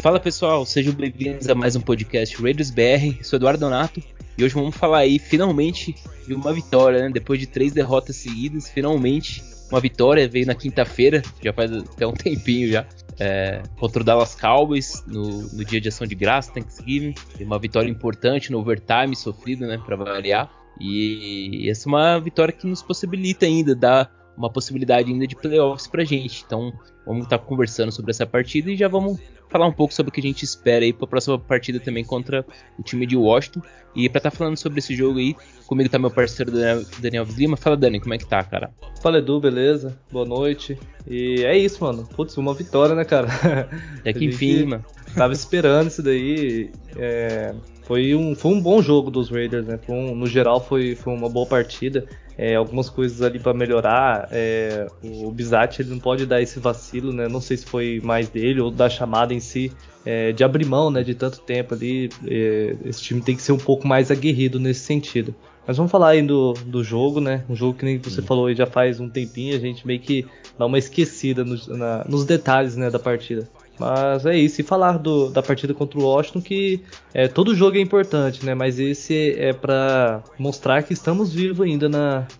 Fala pessoal, sejam bem-vindos a mais um podcast Raiders BR, sou Eduardo Donato e hoje vamos falar aí finalmente de uma vitória, né? Depois de 3 derrotas seguidas, finalmente uma vitória veio na quinta-feira, já faz até um tempinho já, contra o Dallas Cowboys no dia de ação de graça, Thanksgiving, uma vitória importante no overtime sofrido, né, para variar, e essa é uma vitória que nos possibilita ainda dar uma possibilidade ainda de playoffs pra gente. Então vamos estar conversando sobre essa partida e já vamos falar um pouco sobre o que a gente espera aí para a próxima partida também contra o time de Washington. E para estar falando sobre esse jogo aí, comigo tá meu parceiro Daniel Lima. Fala, Dani, como é que tá, cara? Fala, Edu, beleza? Boa noite. E é isso, mano. Putz, uma vitória, né, cara? Até que enfim, mano. Tava esperando isso daí. Foi um bom jogo dos Raiders, né? No geral, foi uma boa partida. Algumas coisas ali pra melhorar. O Bisatti, ele não pode dar esse vacilo, né? Não sei se foi mais dele ou da chamada em si, de abrir mão, né? De tanto tempo ali. Esse time tem que ser um pouco mais aguerrido nesse sentido. Mas vamos falar aí do jogo, né? Um jogo que nem você falou aí já faz um tempinho, a gente meio que dá uma esquecida nos detalhes, né, da partida. Mas é isso, e falar da partida contra o Washington, que todo jogo é importante, né? Mas esse é pra mostrar que estamos vivos ainda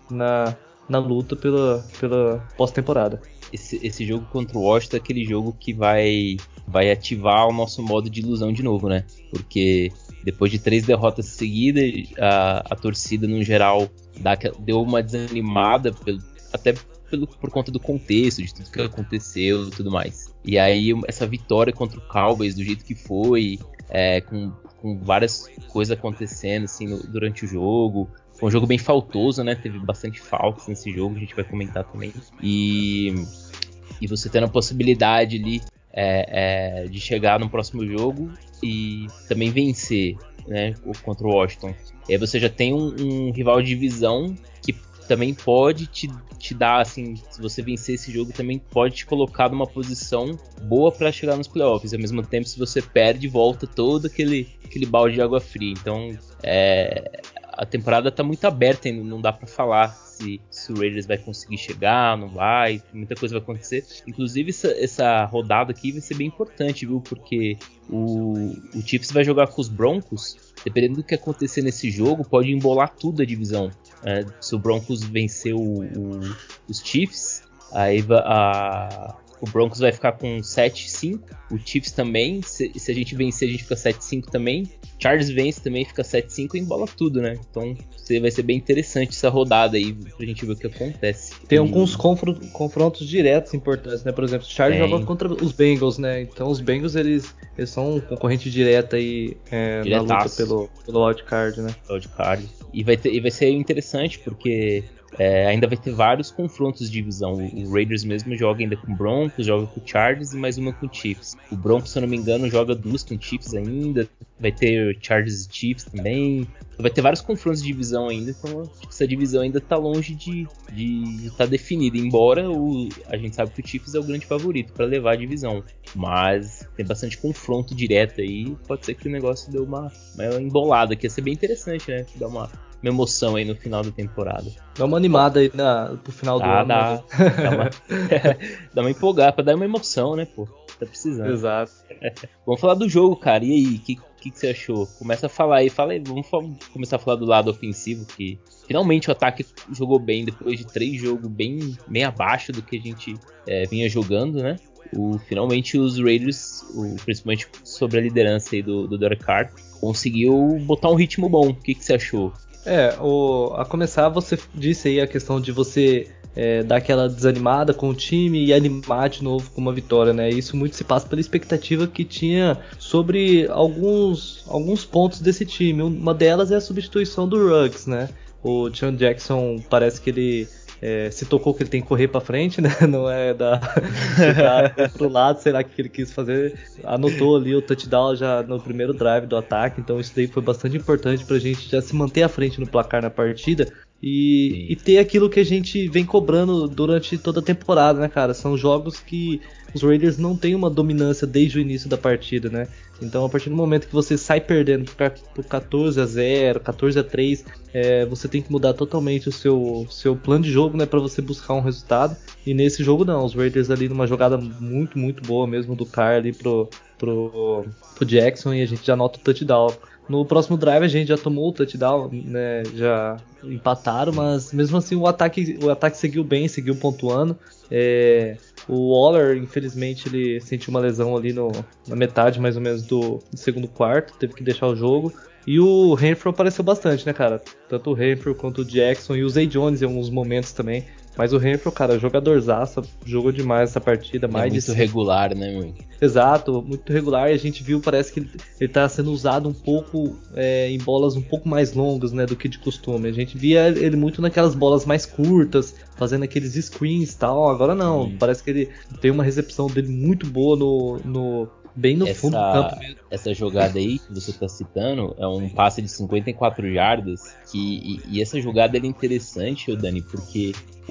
na luta pela pós-temporada. Esse jogo contra o Washington é aquele jogo que vai ativar o nosso modo de ilusão de novo, né? Porque depois de 3 derrotas seguidas, a torcida no geral deu uma desanimada, por conta do contexto, de tudo que aconteceu e tudo mais. E aí essa vitória contra o Cowboys, do jeito que foi, com várias coisas acontecendo assim, durante o jogo. Foi um jogo bem faltoso, né? Teve bastante faltas nesse jogo, a gente vai comentar também. E você tendo a possibilidade ali de chegar no próximo jogo e também vencer, né, contra o Washington. E aí você já tem um rival de divisão que também pode te dar, assim, se você vencer esse jogo, também pode te colocar numa posição boa para chegar nos playoffs. Ao mesmo tempo, se você perde, volta todo aquele balde de água fria. Então, a temporada tá muito aberta ainda, não dá para falar se o Raiders vai conseguir chegar, não vai, muita coisa vai acontecer. Inclusive essa rodada aqui vai ser bem importante, viu? Porque o Chiefs vai jogar com os Broncos. Dependendo do que acontecer nesse jogo, pode embolar tudo a divisão. Se o Broncos vencer os Chiefs, aí o Broncos vai ficar com 7-5, o Chiefs também, se a gente vencer a gente fica 7-5 também, Chargers vence também, fica 7-5 e embola tudo, né? Então vai ser bem interessante essa rodada aí, pra gente ver o que acontece. Tem alguns confrontos diretos importantes, né? Por exemplo, os Chargers jogam contra os Bengals, né? Então os Bengals, eles são um concorrente direto aí na luta pelo wildcard, né? Wildcard. E vai ser interessante porque ainda vai ter vários confrontos de divisão. O Raiders mesmo joga ainda com o Broncos, joga com o Chargers e mais uma com o Chiefs. O Broncos, se eu não me engano, joga 2 com o Chiefs ainda. Vai ter Chargers e Chiefs também. Vai ter vários confrontos de divisão ainda, então acho que essa divisão ainda tá longe de estar definida. Embora a gente sabe que o Chiefs é o grande favorito para levar a divisão. Mas tem bastante confronto direto aí. Pode ser que o negócio deu uma embolada, que ia ser bem interessante, né? Dar uma emoção aí no final da temporada. Dá uma animada aí pro final do ano. Dá uma empolgada, pra dar uma emoção, né, pô? Tá precisando. Exato. Vamos falar do jogo, cara. E aí, o que você achou? Começa a falar aí, vamos começar a falar do lado ofensivo, que finalmente o ataque jogou bem depois de 3 jogos bem abaixo do que a gente vinha jogando, né? Finalmente os Raiders, principalmente sobre a liderança aí do Derek Carr, conseguiu botar um ritmo bom. O que você achou? A começar, você disse aí a questão de você dar aquela desanimada com o time e animar de novo com uma vitória, né? Isso muito se passa pela expectativa que tinha sobre alguns pontos desse time. Uma delas é a substituição do Ruggs, né? O Sean Jackson parece que ele se tocou que ele tem que correr pra frente, né? Não é ficar pro lado, sei lá o que ele quis fazer. Anotou ali o touchdown já no primeiro drive do ataque, então isso daí foi bastante importante pra gente já se manter à frente no placar na partida. E ter aquilo que a gente vem cobrando durante toda a temporada, né, cara? São jogos que os Raiders não têm uma dominância desde o início da partida, né? Então, a partir do momento que você sai perdendo por 14-0, 14-3, você tem que mudar totalmente o seu plano de jogo, né, para você buscar um resultado. E nesse jogo não, os Raiders ali numa jogada muito, muito boa mesmo do Carr ali pro Jackson, e a gente já nota o touchdown. No próximo drive a gente já tomou o touchdown, né, já empataram, mas mesmo assim o ataque seguiu bem, seguiu pontuando. O Waller, infelizmente, ele sentiu uma lesão ali na metade mais ou menos do segundo quarto, teve que deixar o jogo. E o Renfrow apareceu bastante, né, cara? Tanto o Renfrow quanto o Jackson e o Zay Jones em alguns momentos também. Mas o Renfrow, cara, jogadorzaço, jogou demais essa partida. É muito regular, né, meu? Exato, muito regular. E a gente viu, parece que ele tá sendo usado um pouco em bolas um pouco mais longas, né, do que de costume. A gente via ele muito naquelas bolas mais curtas, fazendo aqueles screens e tal. Agora não, parece que ele tem uma recepção dele muito boa bem no fundo do campo mesmo. Essa jogada aí que você está citando é um passe de 54 jardas. E essa jogada é interessante, Dani, porque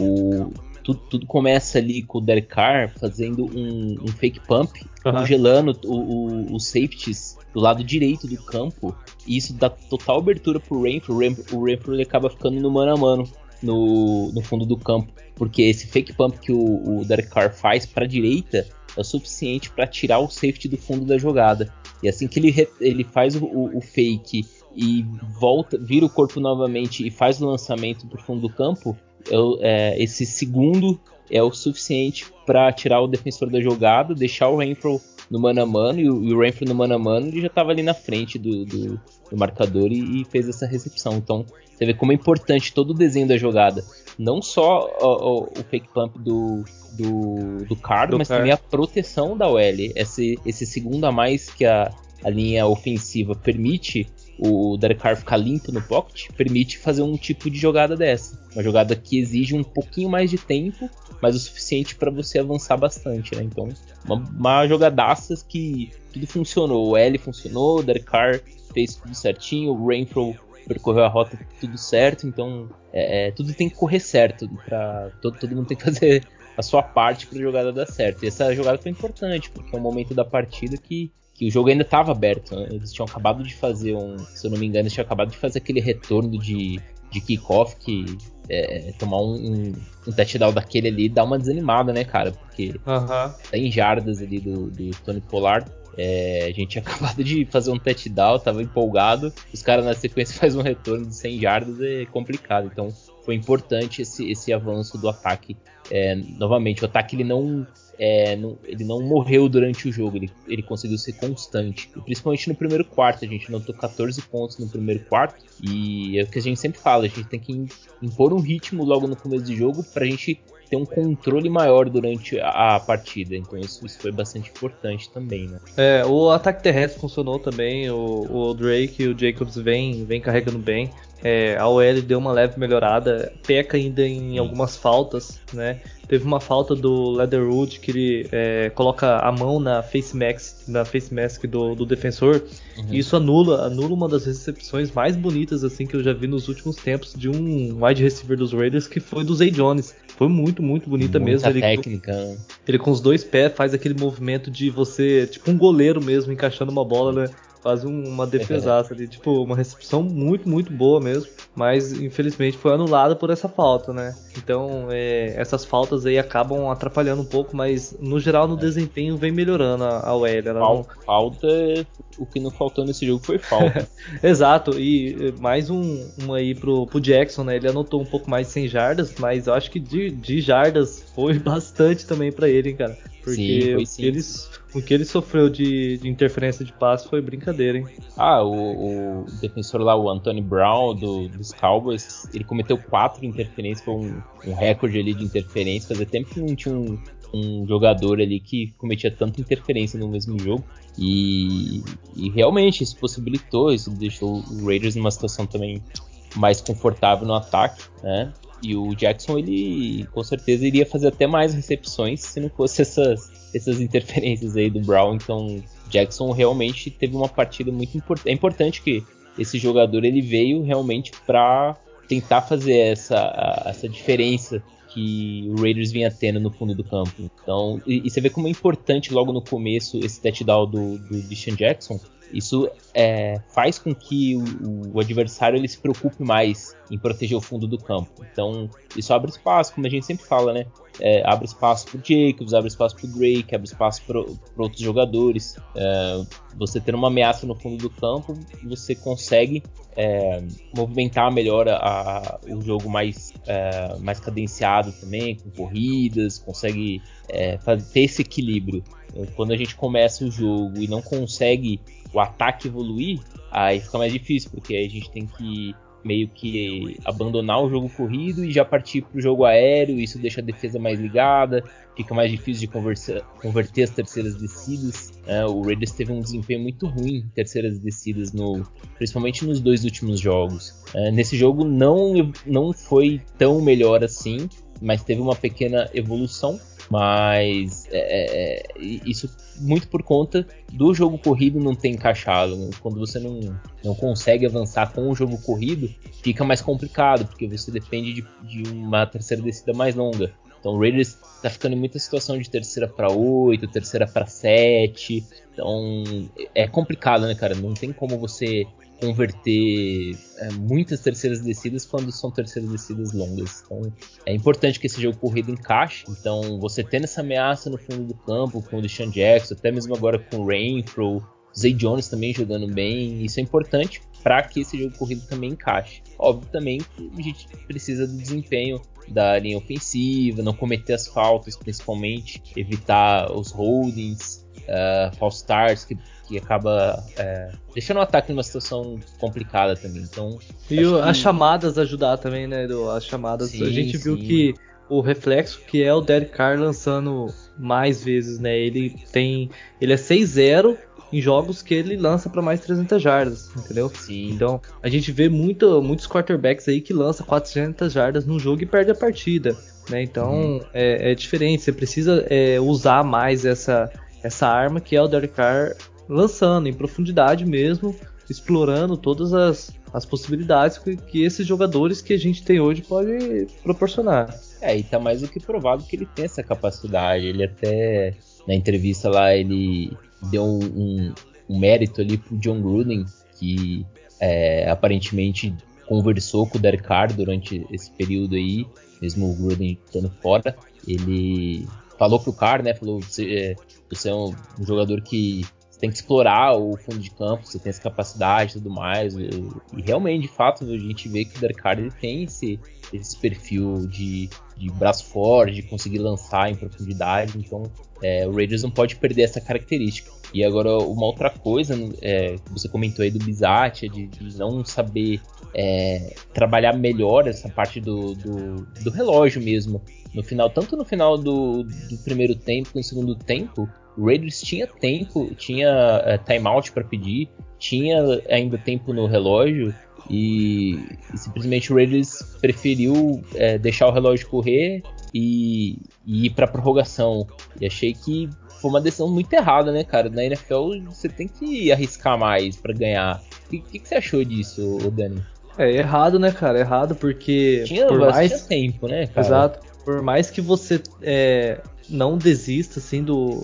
tudo começa ali com o Derek Carr fazendo um fake pump, congelando os safeties do lado direito do campo. E isso dá total abertura pro Renfrow. O Renfrow ele acaba ficando no mano a mano no fundo do campo, porque esse fake pump que o Derek Carr faz para a direita é o suficiente para tirar o safety do fundo da jogada. E assim que ele faz o fake e volta, vira o corpo novamente e faz o lançamento para o fundo do campo, esse segundo é o suficiente para tirar o defensor da jogada, deixar o Renfrow no mano a mano, e o Renfrow no mano a mano ele já estava ali na frente do marcador e fez essa recepção. Então você vê como é importante todo o desenho da jogada, não só o fake pump do Carr, mas também a proteção da OL. Esse segundo a mais que a linha ofensiva permite o Derek Carr ficar limpo no pocket, permite fazer um tipo de jogada dessa. Uma jogada que exige um pouquinho mais de tempo, mas o suficiente para você avançar bastante, né? Então, uma jogadaça que tudo funcionou. O L funcionou, o Derek Carr fez tudo certinho, o Renfrow percorreu a rota tudo certo, então tudo tem que correr certo, todo mundo tem que fazer a sua parte para a jogada dar certo. E essa jogada foi importante, porque é um momento da partida que o jogo ainda estava aberto, né? Eles tinham acabado de fazer se eu não me engano, eles tinham acabado de fazer aquele retorno de kickoff, que tomar um touchdown daquele ali dá uma desanimada, né, cara? Porque tá em jardas ali do Tony Pollard. A gente tinha acabado de fazer um touchdown, tava empolgado, os caras na sequência fazem um retorno de 100 jardas, é complicado. Então foi importante esse avanço do ataque. Novamente, o ataque ele não morreu durante o jogo, ele conseguiu ser constante, principalmente no primeiro quarto. A gente notou 14 pontos no primeiro quarto, e é o que a gente sempre fala, a gente tem que impor um ritmo logo no começo do jogo pra gente ter um controle maior durante a partida. Então isso foi bastante importante também, né? O ataque terrestre funcionou também, o Drake e o Jacobs vem carregando bem. A OL deu uma leve melhorada, peca ainda em algumas faltas, né? Teve uma falta do Leatherwood que ele coloca a mão na face mask do defensor, e isso anula uma das recepções mais bonitas assim que eu já vi nos últimos tempos de um wide receiver dos Raiders, que foi do Zay Jones. Foi muito, muito bonita mesmo. Muita técnica, né? Ele com os dois pés faz aquele movimento de você, tipo um goleiro mesmo, encaixando uma bola, né? Faz uma defesaça ali, tipo, uma recepção muito, muito boa mesmo, mas infelizmente foi anulada por essa falta, né? Então, essas faltas aí acabam atrapalhando um pouco, mas no geral no desempenho vem melhorando a OL. Falta, o que não faltou nesse jogo foi falta. Exato, e mais um aí pro Jackson, né? Ele anotou um pouco mais de 100 jardas, mas eu acho que de jardas foi bastante também pra ele, hein, cara? Porque o que ele sofreu de interferência de passe foi brincadeira, hein? O defensor lá, o Anthony Brown dos Cowboys, ele cometeu 4 interferências, foi um recorde ali de interferência. Fazia tempo que não tinha um jogador ali que cometia tanta interferência no mesmo jogo. E realmente isso possibilitou, isso deixou o Raiders numa situação também mais confortável no ataque, né? E o Jackson, ele com certeza iria fazer até mais recepções se não fosse essas interferências aí do Brown. Então Jackson realmente teve uma partida muito importante. É importante que esse jogador ele veio realmente para tentar fazer essa diferença que o Raiders vinha tendo no fundo do campo. Então, e você vê como é importante logo no começo esse touchdown do Deshaun Jackson. Isso faz com que o adversário ele se preocupe mais em proteger o fundo do campo. Então, isso abre espaço, como a gente sempre fala, né? Abre espaço pro Jacobs, abre espaço pro Drake, abre espaço para outros jogadores. Você tendo uma ameaça no fundo do campo, você consegue movimentar melhor o jogo mais cadenciado também, com corridas, consegue ter esse equilíbrio. Quando a gente começa o jogo e não consegue o ataque evoluir, aí fica mais difícil, porque aí a gente tem que meio que abandonar o jogo corrido e já partir para o jogo aéreo. Isso deixa a defesa mais ligada, fica mais difícil de converter as terceiras descidas. O Raiders teve um desempenho muito ruim em terceiras descidas, principalmente nos 2 últimos jogos. Nesse jogo não foi tão melhor assim, mas teve uma pequena evolução. Mas isso muito por conta do jogo corrido não ter encaixado. Quando você não consegue avançar com o jogo corrido, fica mais complicado, porque você depende de uma terceira descida mais longa. Então o Raiders tá ficando em muita situação de terceira para 8, terceira para 7. Então é complicado, né, cara? Não tem como você converter muitas terceiras descidas quando são terceiras descidas longas. Então é importante que esse jogo corrido encaixe. Então você tendo essa ameaça no fundo do campo com o Deshaun Jackson, até mesmo agora com o Renfrow, Zay Jones também jogando bem, isso é importante para que esse jogo corrido também encaixe. Óbvio também que a gente precisa do desempenho da linha ofensiva, não cometer as faltas, principalmente evitar os holdings, false starts, que acaba deixando o ataque numa situação complicada também. Então, e as chamadas ajudar também, né, Edu? As chamadas, sim, a gente viu que o reflexo que é o Derek Carr lançando mais vezes, né? Ele é 6-0 em jogos que ele lança para mais 300 jardas, entendeu? Sim. Então, a gente vê muitos quarterbacks aí que lançam 400 jardas no jogo e perde a partida, né? Então, é diferente, você precisa usar mais essa arma que é o Derek Carr lançando em profundidade mesmo, explorando todas as possibilidades que esses jogadores que a gente tem hoje podem proporcionar. E tá mais do que provado que ele tem essa capacidade. Ele até, na entrevista lá, ele deu um mérito ali pro John Gruden, que aparentemente conversou com o Derek Carr durante esse período aí, mesmo o Gruden estando fora. Ele falou pro Carr, né, falou, você é um jogador que você tem que explorar o fundo de campo, você tem essa capacidade e tudo mais. E realmente, de fato, a gente vê que o Derek Carr ele tem esse perfil de braço forte, de conseguir lançar em profundidade. Então, o Raiders não pode perder essa característica. E agora, uma outra coisa que você comentou aí do Bisaccia, de não saber trabalhar melhor essa parte do relógio mesmo. Tanto no final do primeiro tempo quanto no segundo tempo, o Raiders tinha tempo, tinha timeout para pedir, tinha ainda tempo no relógio e simplesmente o Raiders preferiu deixar o relógio correr e ir para prorrogação. E achei que foi uma decisão muito errada, né, cara? Na NFL você tem que arriscar mais para ganhar. O que você achou disso, Dani? Errado, né, cara? Errado porque Tinha tempo, né, cara? Exato. Por mais que você não desista, assim,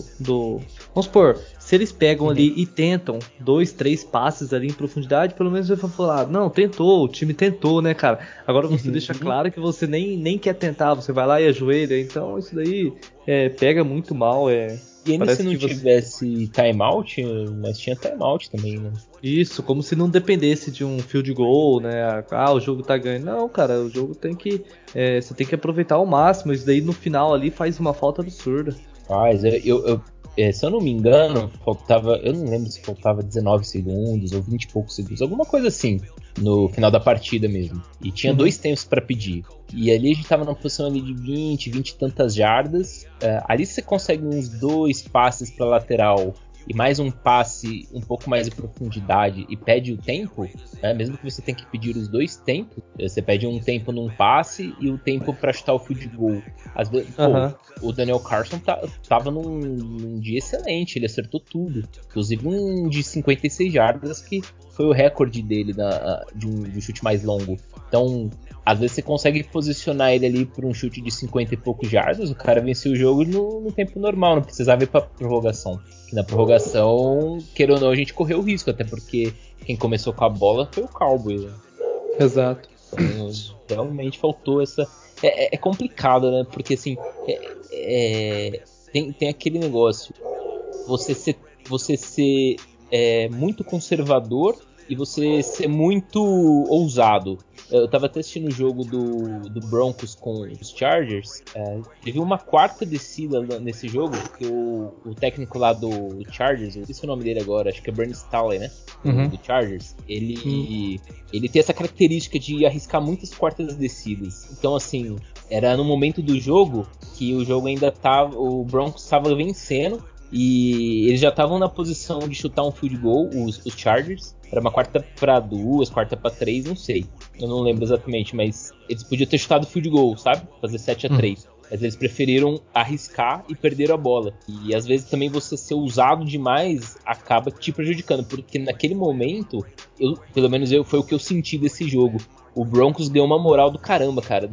Vamos supor, se eles pegam ali e tentam 2, 3 passes ali em profundidade, pelo menos você vai falar, não, tentou, o time tentou, né, cara? Agora você deixa claro que você nem quer tentar, você vai lá e ajoelha, então isso daí pega muito mal, E ainda se não tivesse timeout, mas tinha timeout também, né? Isso, como se não dependesse de um field goal, né? O jogo tá ganhando. Não, cara, o jogo tem que... você tem que aproveitar ao máximo. Isso daí no final ali faz uma falta absurda. Se eu não me engano, faltava... Eu não lembro se faltava 19 segundos ou 20 e poucos segundos. Alguma coisa assim, no final da partida mesmo. E tinha 2 tempos pra pedir. E ali a gente tava numa posição ali de 20 e tantas jardas. Ali você consegue uns 2 passes pra lateral e mais um passe um pouco mais de profundidade e pede o tempo, né, mesmo que você tenha que pedir os dois tempos, você pede um tempo num passe e o tempo para chutar o field goal. Às vezes, o Daniel Carlson tava num dia excelente, ele acertou tudo, inclusive um de 56 jardas que foi o recorde dele de um chute mais longo. Então, às vezes você consegue posicionar ele ali por um chute de 50 e poucos jardas, o cara venceu o jogo no tempo normal, não precisava ir pra prorrogação. Que na prorrogação, queira ou não, a gente correu o risco, até porque quem começou com a bola foi o Cowboys. Né? Exato. Então, realmente faltou essa... É complicado, né? Porque assim, tem aquele negócio, você ser muito conservador e você ser muito ousado. Eu tava até assistindo o jogo do Broncos com os Chargers. Teve uma quarta descida nesse jogo que o técnico lá do Chargers, eu esqueci o nome dele agora, acho que é Bernie Staley, né? Do Chargers. Ele tem essa característica de arriscar muitas quartas descidas. Então, assim, era no momento do jogo que o jogo ainda tava, o Broncos estava vencendo. E eles já estavam na posição de chutar um field goal, os Chargers. Era uma quarta para 2, quarta para 3, não sei. Eu não lembro exatamente, mas eles podiam ter chutado field goal, sabe? Fazer 7-3. Mas eles preferiram arriscar e perderam a bola. E às vezes também você ser usado demais acaba te prejudicando. Porque naquele momento, pelo menos foi o que eu senti desse jogo. O Broncos ganhou uma moral do caramba, cara,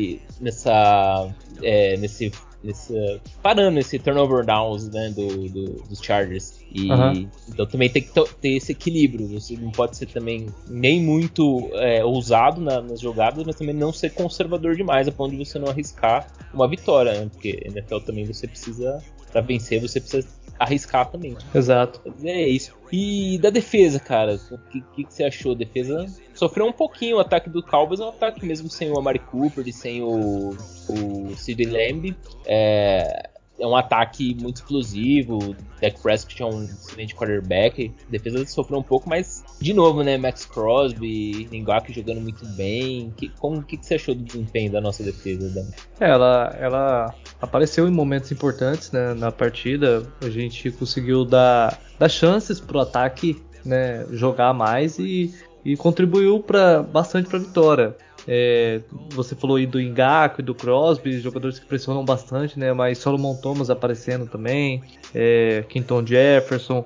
parando esse turnover downs, né, dos Chargers. Então também tem que ter esse equilíbrio. Você não pode ser também nem muito ousado nas jogadas, mas também não ser conservador demais a ponto de você não arriscar uma vitória, né? Porque NFL também você precisa, pra vencer, você precisa arriscar também. Exato. Mas é isso. E da defesa, cara, o que você achou? A defesa sofreu um pouquinho. O ataque do Cowboys é um ataque mesmo sem o Amari Cooper e sem o CeeDee Lamb. É um ataque muito explosivo. O Dak Prescott é um excelente quarterback. A defesa sofreu um pouco, mas de novo, né? Max Crosby, Ngakoue jogando muito bem. O que você achou do desempenho da nossa defesa, Dan? Ela apareceu em momentos importantes, né, na partida. A gente conseguiu dar chances pro ataque, né, jogar mais e contribuiu bastante para a vitória. Você falou aí do Ngakoue e do Crosby, jogadores que pressionam bastante, né? Mas Solomon Thomas aparecendo também, Quinton Jefferson,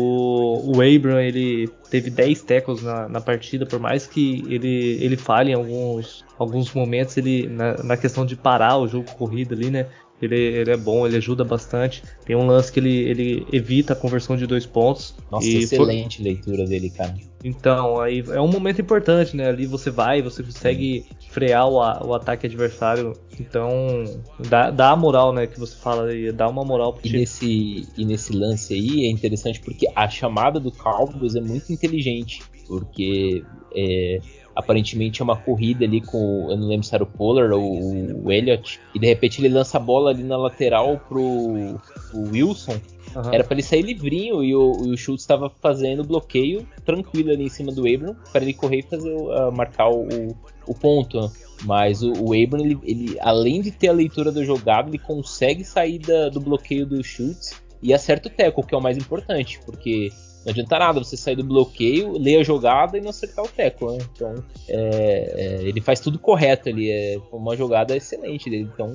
o Abram, ele teve 10 tackles na partida, por mais que ele falhe em alguns momentos, ele na questão de parar o jogo corrido ali, né? Ele é bom, ele ajuda bastante. Tem um lance que ele evita a conversão de 2 pontos. Nossa, excelente leitura dele, cara. Então, aí é um momento importante, né? Ali você consegue frear o ataque adversário. Então, dá a moral, né? Que você fala aí, dá uma moral pro time. E nesse lance aí é interessante porque a chamada do Cowboys é muito inteligente. Porque aparentemente é uma corrida ali com, eu não lembro se era o Pollard ou o Elliott, e de repente ele lança a bola ali na lateral pro Wilson. Era pra ele sair livrinho e o Schultz estava fazendo bloqueio tranquilo ali em cima do Abram para ele correr e marcar o ponto. Mas o Abram, ele, além de ter a leitura da jogada, ele consegue sair do bloqueio do Schultz e acerta o tackle, que é o mais importante, porque não adianta nada você sair do bloqueio, ler a jogada e não acertar o tackle, né? Então, ele faz tudo correto ali, uma jogada excelente dele. Então,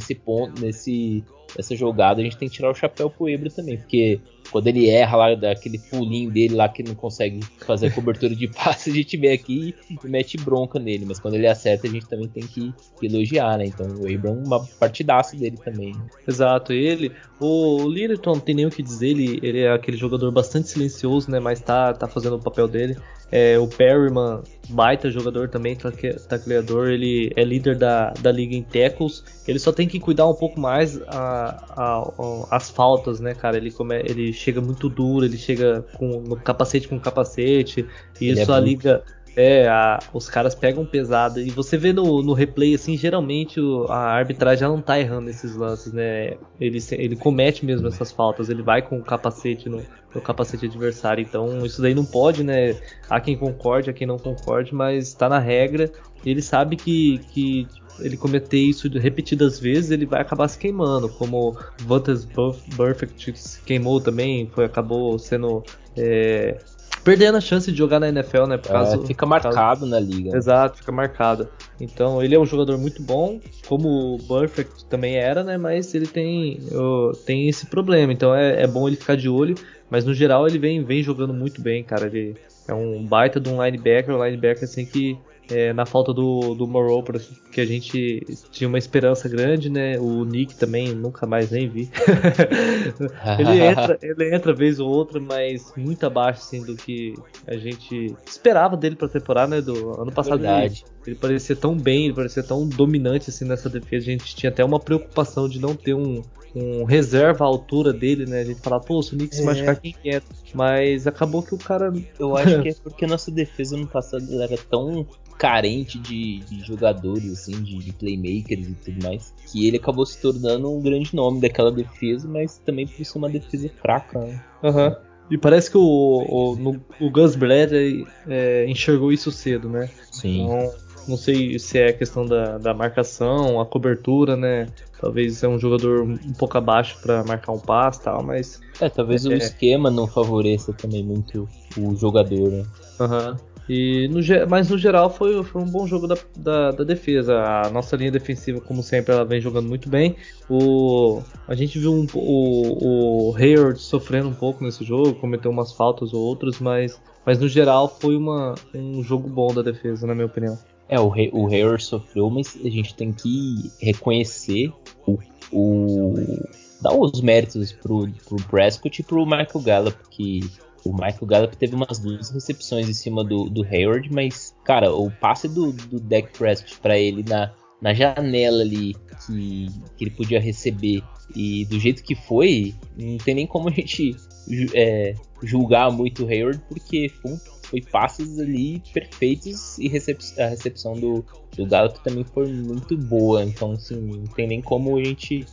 nessa jogada a gente tem que tirar o chapéu pro Ebro também, porque quando ele erra lá, daquele pulinho dele lá que não consegue fazer a cobertura de passe, a gente vem aqui e mete bronca nele, mas quando ele acerta a gente também tem que elogiar, né? Então o Abram, uma partidaça dele também. Exato, o Littleton não tem nem o que dizer, ele é aquele jogador bastante silencioso, né? Mas tá fazendo o papel dele. O Perryman, baita jogador também, tacleador, ele é líder da liga em tackles. Ele só tem que cuidar um pouco mais as faltas, né, cara? Ele chega muito duro, ele chega no capacete com capacete. E isso a liga Os caras pegam pesado. E você vê no replay, assim, geralmente a arbitragem ela não tá errando nesses lances, né? Ele comete mesmo essas faltas. Ele vai com o capacete no capacete adversário. Então isso daí não pode, né? Há quem concorde, há quem não concorde, mas tá na regra. Ele sabe que ele cometer isso repetidas vezes, ele vai acabar se queimando. Como Vantas Perfect se queimou também, acabou sendo. Perdendo a chance de jogar na NFL, né? Fica marcado na liga. Exato, fica marcado. Então ele é um jogador muito bom, como o Perfect também era, né? Mas ele tem esse problema. Então é bom ele ficar de olho. Mas no geral ele vem jogando muito bem, cara. Ele é um baita de um linebacker assim que na falta do Moreau, que a gente tinha uma esperança grande, né? O Nick também, nunca mais nem vi. ele entra vez ou outra, mas muito abaixo assim, do que a gente esperava dele pra temporada, né? Do ano passado ele parecia tão bem, ele parecia tão dominante assim nessa defesa. A gente tinha até uma preocupação de não ter um reserva à altura dele, né? A gente falava, pô, se o Nick se machucar, quem é? Mas acabou que o cara. Eu acho que é porque a nossa defesa no passado ela era tão carente de jogadores, assim, de playmakers e tudo mais, que ele acabou se tornando um grande nome daquela defesa, mas também por ser uma defesa fraca, né? Uhum. E parece que o Gus Bradley enxergou isso cedo, né? Sim. Então, não sei se é a questão da marcação, a cobertura, né? Talvez é um jogador um pouco abaixo para marcar um passe e tal, mas. Talvez o esquema não favoreça também muito o jogador, né? Uhum. Mas no geral foi um bom jogo da defesa. A nossa linha defensiva, como sempre, ela vem jogando muito bem. A gente viu o Hayward sofrendo um pouco nesse jogo, cometeu umas faltas ou outras, mas no geral foi um jogo bom da defesa, na minha opinião. O Hayward sofreu, mas a gente tem que reconhecer dar os méritos pro Prescott e pro Michael Gallup, que o Michael Gallup teve umas 2 recepções em cima do Hayward, mas, cara, o passe do Dak Prescott pra ele na janela ali que ele podia receber e do jeito que foi, não tem nem como a gente julgar muito o Hayward, porque foi passes ali perfeitos e a recepção do Gallup também foi muito boa. Então, assim, não tem nem como a gente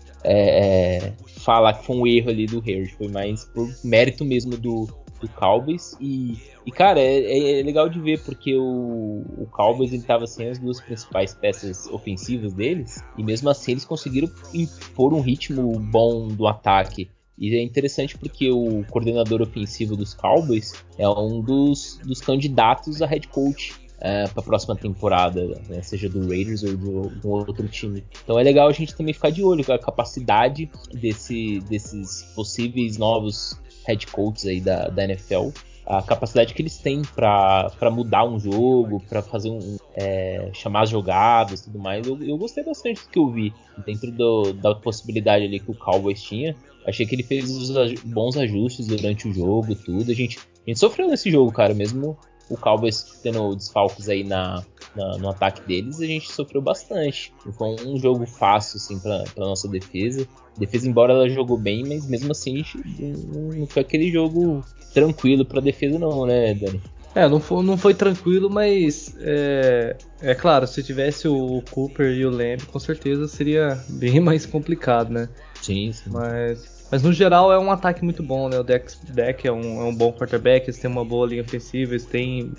falar que foi um erro ali do Hayward. Foi mais por mérito mesmo do Cowboys. E cara, é legal de ver porque o Cowboys ele tava sem as 2 principais peças ofensivas deles. E mesmo assim eles conseguiram impor um ritmo bom do ataque. E é interessante porque o coordenador ofensivo dos Cowboys é um dos candidatos a head coach para a próxima temporada, né? Seja do Raiders ou de um outro time. Então é legal a gente também ficar de olho com a capacidade desses possíveis novos head coaches aí da NFL. A capacidade que eles têm para mudar um jogo, para fazer chamar as jogadas e tudo mais. Eu gostei bastante do que eu vi dentro da possibilidade ali que o Cowboys tinha. Achei que ele fez bons ajustes durante o jogo, tudo. A gente sofreu nesse jogo, cara. Mesmo o Cowboys tendo desfalques aí no ataque deles, a gente sofreu bastante. Não foi um jogo fácil, assim, pra nossa defesa. A defesa, embora ela jogou bem, mas mesmo assim a gente não foi aquele jogo tranquilo pra defesa não, né, Dani? Não foi tranquilo, mas é claro, se tivesse o Cooper e o Lamb, com certeza seria bem mais complicado, né? Sim. Mas no geral é um ataque muito bom, né? O Dak é um bom quarterback, eles têm uma boa linha ofensiva, eles têm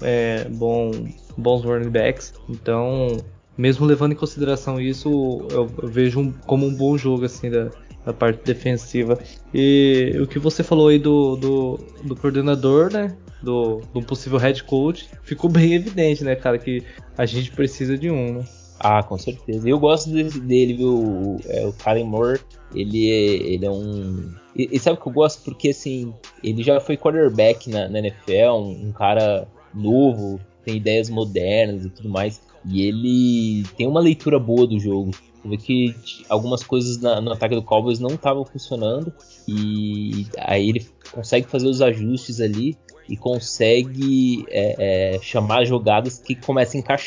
bons running backs. Então, mesmo levando em consideração isso, eu vejo como um bom jogo assim da parte defensiva. E o que você falou aí do coordenador, né? Do possível head coach, ficou bem evidente, né, cara, que a gente precisa de um, né? Ah, com certeza. Eu gosto dele, viu? O Kellen Moore, ele é um. E sabe o que eu gosto? Porque, assim, ele já foi quarterback na NFL, um cara novo, tem ideias modernas e tudo mais. E ele tem uma leitura boa do jogo. Você vê que algumas coisas no ataque do Cowboys não estavam funcionando. E aí ele consegue fazer os ajustes ali e consegue chamar jogadas que começam a encaixar.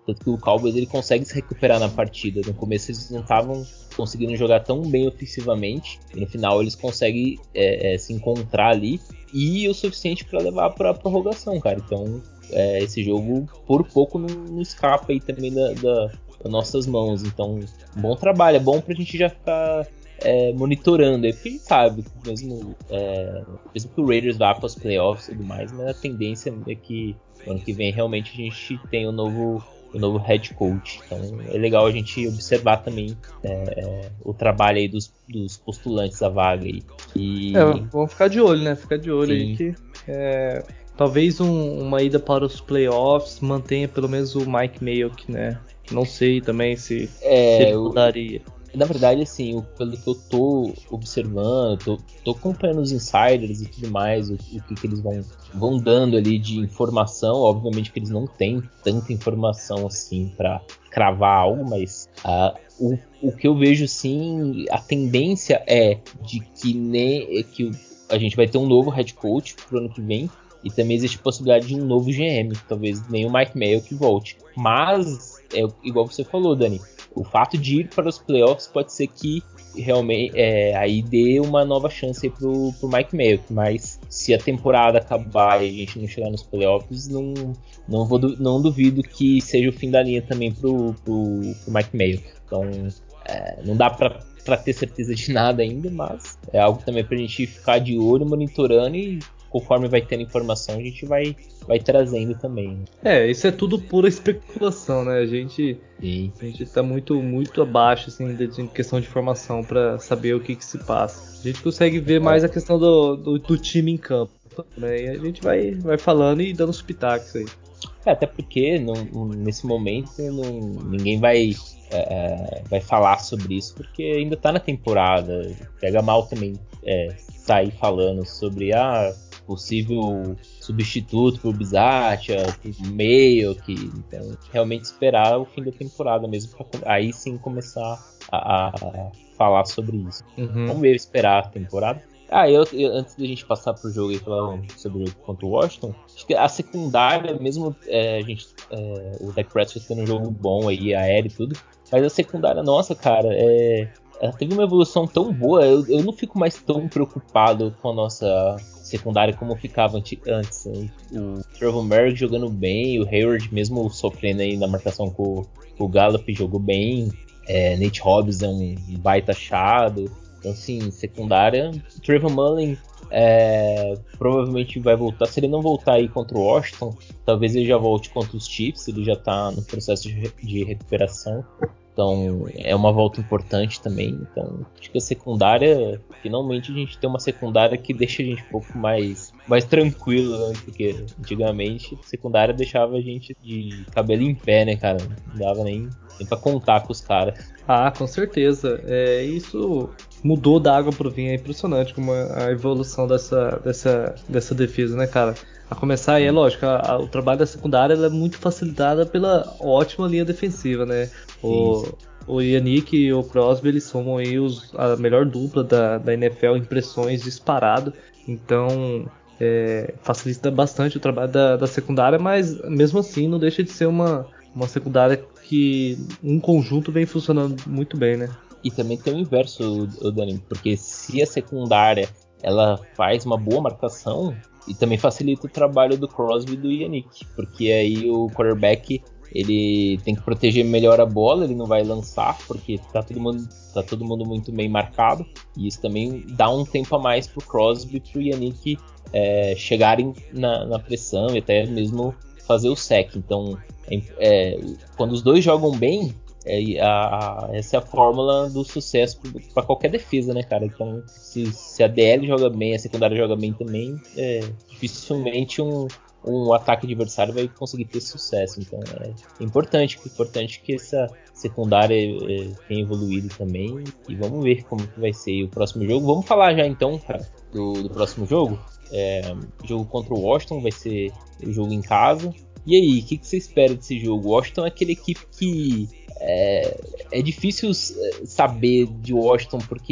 Tanto que o Cowboys ele consegue se recuperar na partida. No começo eles não estavam conseguindo jogar tão bem ofensivamente, e no final eles conseguem se encontrar ali, e o suficiente para levar para a prorrogação, cara. Então esse jogo por pouco não escapa aí também das nossas mãos. Então, bom trabalho, é bom pra gente já ficar monitorando aí, porque a gente sabe que mesmo que o Raiders vá para os playoffs e tudo mais, mas a tendência é que no ano que vem realmente a gente tem o novo head coach. Então é legal a gente observar também o trabalho aí dos postulantes à vaga aí. Vamos ficar de olho, né? Ficar de olho. Sim. Aí que talvez uma ida para os playoffs mantenha pelo menos o Mike Mayock, né? Não sei também se ele mudaria. Na verdade, assim, pelo que eu tô observando, tô acompanhando os insiders e tudo mais, o que eles vão dando ali de informação. Obviamente que eles não têm tanta informação assim para cravar algo, mas o que eu vejo, sim, a tendência é de que a gente vai ter um novo head coach pro ano que vem, e também existe a possibilidade de um novo GM, talvez nem o Mike Mayock volte. Mas, igual você falou, Dani, o fato de ir para os playoffs pode ser que realmente aí dê uma nova chance aí pro Mike Mayock. Mas se a temporada acabar e a gente não chegar nos playoffs, não duvido que seja o fim da linha também pro Mike Mayock. Então não dá para ter certeza de nada ainda, mas é algo também pra gente ficar de olho, monitorando, e conforme vai tendo informação a gente vai trazendo também. Isso é tudo pura especulação, né? A gente tá muito, muito abaixo assim, em questão de informação para saber o que se passa. A gente consegue ver mais a questão do time em campo, né? E a gente vai falando e dando os pitacos aí. Até porque nesse momento ninguém vai falar sobre isso, porque ainda tá na temporada. Pega mal também sair falando sobre possível substituto pro Bisaccia, pro Mayock. Então, realmente esperar o fim da temporada mesmo, pra aí sim começar a falar sobre isso. Uhum. Vamos ver, esperar a temporada. Antes da gente passar pro jogo e falar sobre o jogo contra o Washington, acho que a secundária, mesmo o Dak Prescott tendo um jogo bom aí, aéreo e tudo, mas a secundária, nossa, cara, ela teve uma evolução tão boa. Eu não fico mais tão preocupado com a nossa secundária como eu ficava antes. O Trevor Merrick jogando bem, o Hayward mesmo sofrendo aí na marcação com o Gallup jogou bem, Nate Hobbs é um baita achado. Então, assim, secundária, Trevor Mullen provavelmente vai voltar. Se ele não voltar aí contra o Washington, talvez ele já volte contra os Chiefs. Ele já tá no processo de recuperação. Então, é uma volta importante também. Então, acho que a secundária, finalmente a gente tem uma secundária que deixa a gente um pouco mais tranquilo, né? Porque antigamente a secundária deixava a gente de cabelo em pé, né, cara? Não dava nem pra contar com os caras. Com certeza. Isso mudou da água pro vinho. É impressionante como a evolução dessa defesa, né, cara? A começar aí, é lógico, o trabalho da secundária é muito facilitada pela ótima linha defensiva, né? O Yannick e o Crosby, eles somam aí a melhor dupla da NFL em pressões disparado. Então, facilita bastante o trabalho da secundária, mas mesmo assim não deixa de ser uma secundária que em conjunto vem funcionando muito bem, né? E também tem o inverso, Dani, porque se a secundária ela faz uma boa marcação, e também facilita o trabalho do Crosby e do Yannick, porque aí o quarterback ele tem que proteger melhor a bola, ele não vai lançar, porque tá todo mundo muito bem marcado, e isso também dá um tempo a mais pro Crosby e pro Yannick chegarem na pressão e até mesmo fazer o sec. Então, quando os dois jogam bem, essa é a fórmula do sucesso para qualquer defesa, né, cara? Então, se a DL joga bem, a secundária joga bem também, dificilmente um ataque adversário vai conseguir ter sucesso. Então, é importante que essa secundária tenha evoluído também. E vamos ver como que vai ser o próximo jogo. Vamos falar já então, cara, do próximo jogo. Jogo contra o Washington, vai ser o jogo em casa. E aí, o que você espera desse jogo? O Washington é aquela equipe que é difícil saber de Washington, porque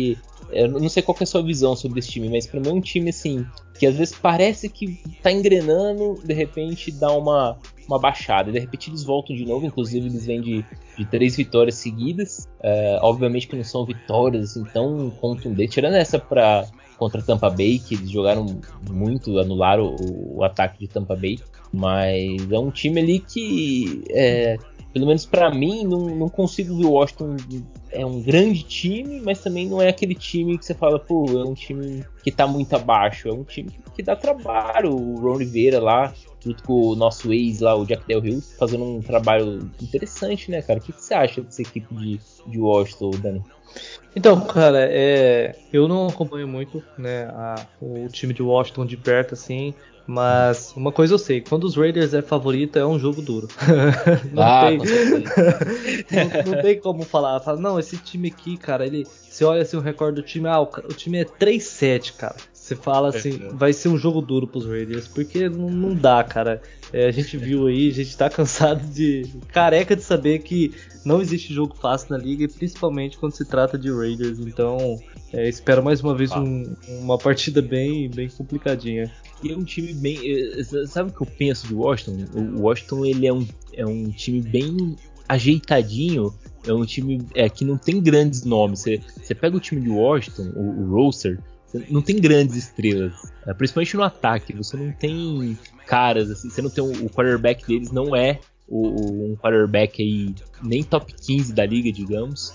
eu não sei qual que é a sua visão sobre esse time, mas pra mim é um time assim que às vezes parece que tá engrenando, de repente dá uma baixada, de repente eles voltam de novo, inclusive eles vêm de 3 vitórias seguidas, obviamente que não são vitórias assim tão contundentes, tirando essa contra Tampa Bay, que eles jogaram muito, anularam o ataque de Tampa Bay, mas é um time ali que, pelo menos pra mim, não consigo ver o Washington. É um grande time, mas também não é aquele time que você fala, pô, é um time que tá muito abaixo. É um time que dá trabalho. O Ron Rivera lá, junto com o nosso ex lá, o Jack Del Rio, fazendo um trabalho interessante, né, cara? O que você acha dessa equipe de Washington, Dani? Então, cara, eu não acompanho muito, né, o time de Washington de perto, assim, mas uma coisa eu sei, quando os Raiders é favorito é um jogo duro. Não Ah, tem, com certeza. não tem como falar. Fala, não, esse time aqui, cara, você olha assim o recorde do time, o time é 3-7, cara. Você fala assim, vai ser um jogo duro pros Raiders, porque não dá, cara. A gente viu aí, a gente tá cansado careca de saber que não existe jogo fácil na liga, e principalmente quando se trata de Raiders. Então, espero mais uma vez uma partida bem complicadinha. E é um time bem. Sabe o que eu penso de Washington? O Washington ele é um time bem ajeitadinho. É um time que não tem grandes nomes. Você pega o time de Washington, o roster, não tem grandes estrelas. Principalmente no ataque. Você não tem caras assim. Você não tem o quarterback deles, não é um quarterback aí nem top 15 da liga, digamos.